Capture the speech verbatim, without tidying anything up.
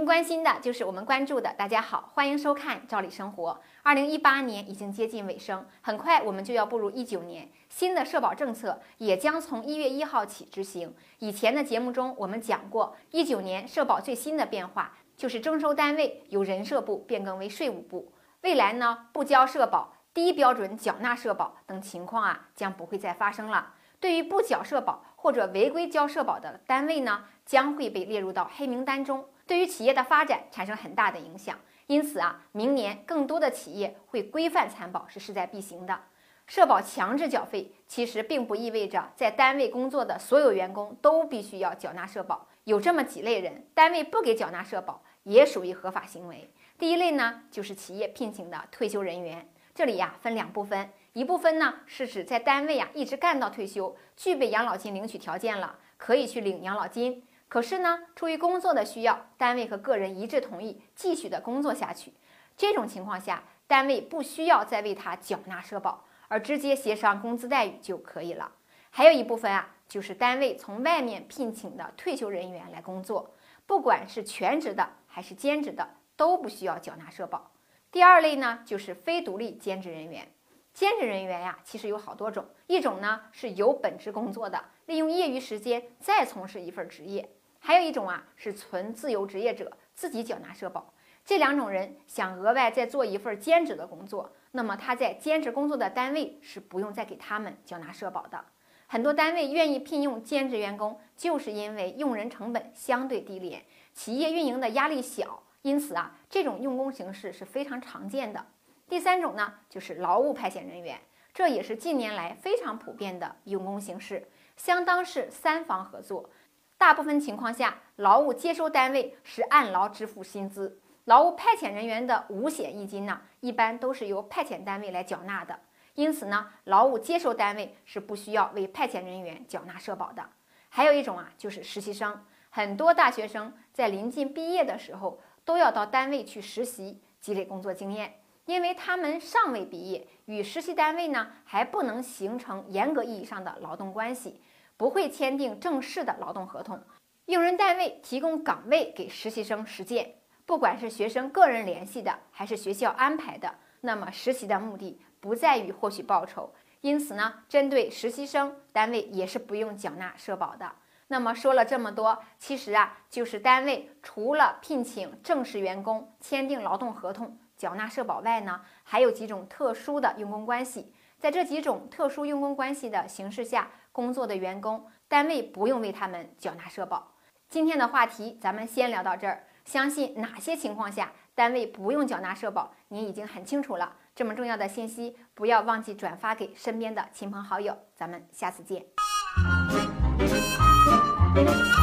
您关心的就是我们关注的。大家好，欢迎收看《赵理生活》。二零一八年已经接近尾声，很快我们就要步入一九年，新的社保政策也将从一月一号起执行。以前的节目中我们讲过，一九年社保最新的变化就是征收单位由人社部变更为税务部。未来呢，不交社保、低标准缴纳社保等情况啊，将不会再发生了。对于不缴社保或者违规交社保的单位呢，将会被列入到黑名单中，对于企业的发展产生很大的影响。因此啊，明年更多的企业会规范参保是势在必行的。社保强制缴费其实并不意味着在单位工作的所有员工都必须要缴纳社保，有这么几类人，单位不给缴纳社保也属于合法行为。第一类呢，就是企业聘请的退休人员。这里呀分两部分，一部分呢是指在单位呀一直干到退休，具备养老金领取条件了，可以去领养老金。可是呢，出于工作的需要，单位和个人一致同意继续的工作下去。这种情况下，单位不需要再为他缴纳社保，而直接协商工资待遇就可以了。还有一部分啊，就是单位从外面聘请的退休人员来工作，不管是全职的还是兼职的，都不需要缴纳社保。第二类呢，就是非独立兼职人员。兼职人员呀，其实有好多种，一种呢是有本职工作的，利用业余时间再从事一份职业；还有一种啊是纯自由职业者，自己缴纳社保。这两种人想额外再做一份兼职的工作，那么他在兼职工作的单位是不用再给他们缴纳社保的。很多单位愿意聘用兼职员工，就是因为用人成本相对低廉，企业运营的压力小。因此啊，这种用工形式是非常常见的。第三种呢，就是劳务派遣人员，这也是近年来非常普遍的用工形式，相当是三方合作。大部分情况下，劳务接收单位是按劳支付薪资，劳务派遣人员的五险一金呢，一般都是由派遣单位来缴纳的。因此呢，劳务接收单位是不需要为派遣人员缴纳社保的。还有一种啊，就是实习生，很多大学生在临近毕业的时候，都要到单位去实习，积累工作经验。因为他们尚未毕业，与实习单位呢还不能形成严格意义上的劳动关系，不会签订正式的劳动合同。用人单位提供岗位给实习生实践，不管是学生个人联系的，还是学校安排的，那么实习的目的不在于获取报酬。因此呢，针对实习生，单位也是不用缴纳社保的。那么说了这么多，其实啊，就是单位除了聘请正式员工、签订劳动合同、缴纳社保外呢，还有几种特殊的用工关系。在这几种特殊用工关系的形式下工作的员工，单位不用为他们缴纳社保。今天的话题咱们先聊到这儿，相信哪些情况下单位不用缴纳社保，您已经很清楚了。这么重要的信息，不要忘记转发给身边的亲朋好友。咱们下次见。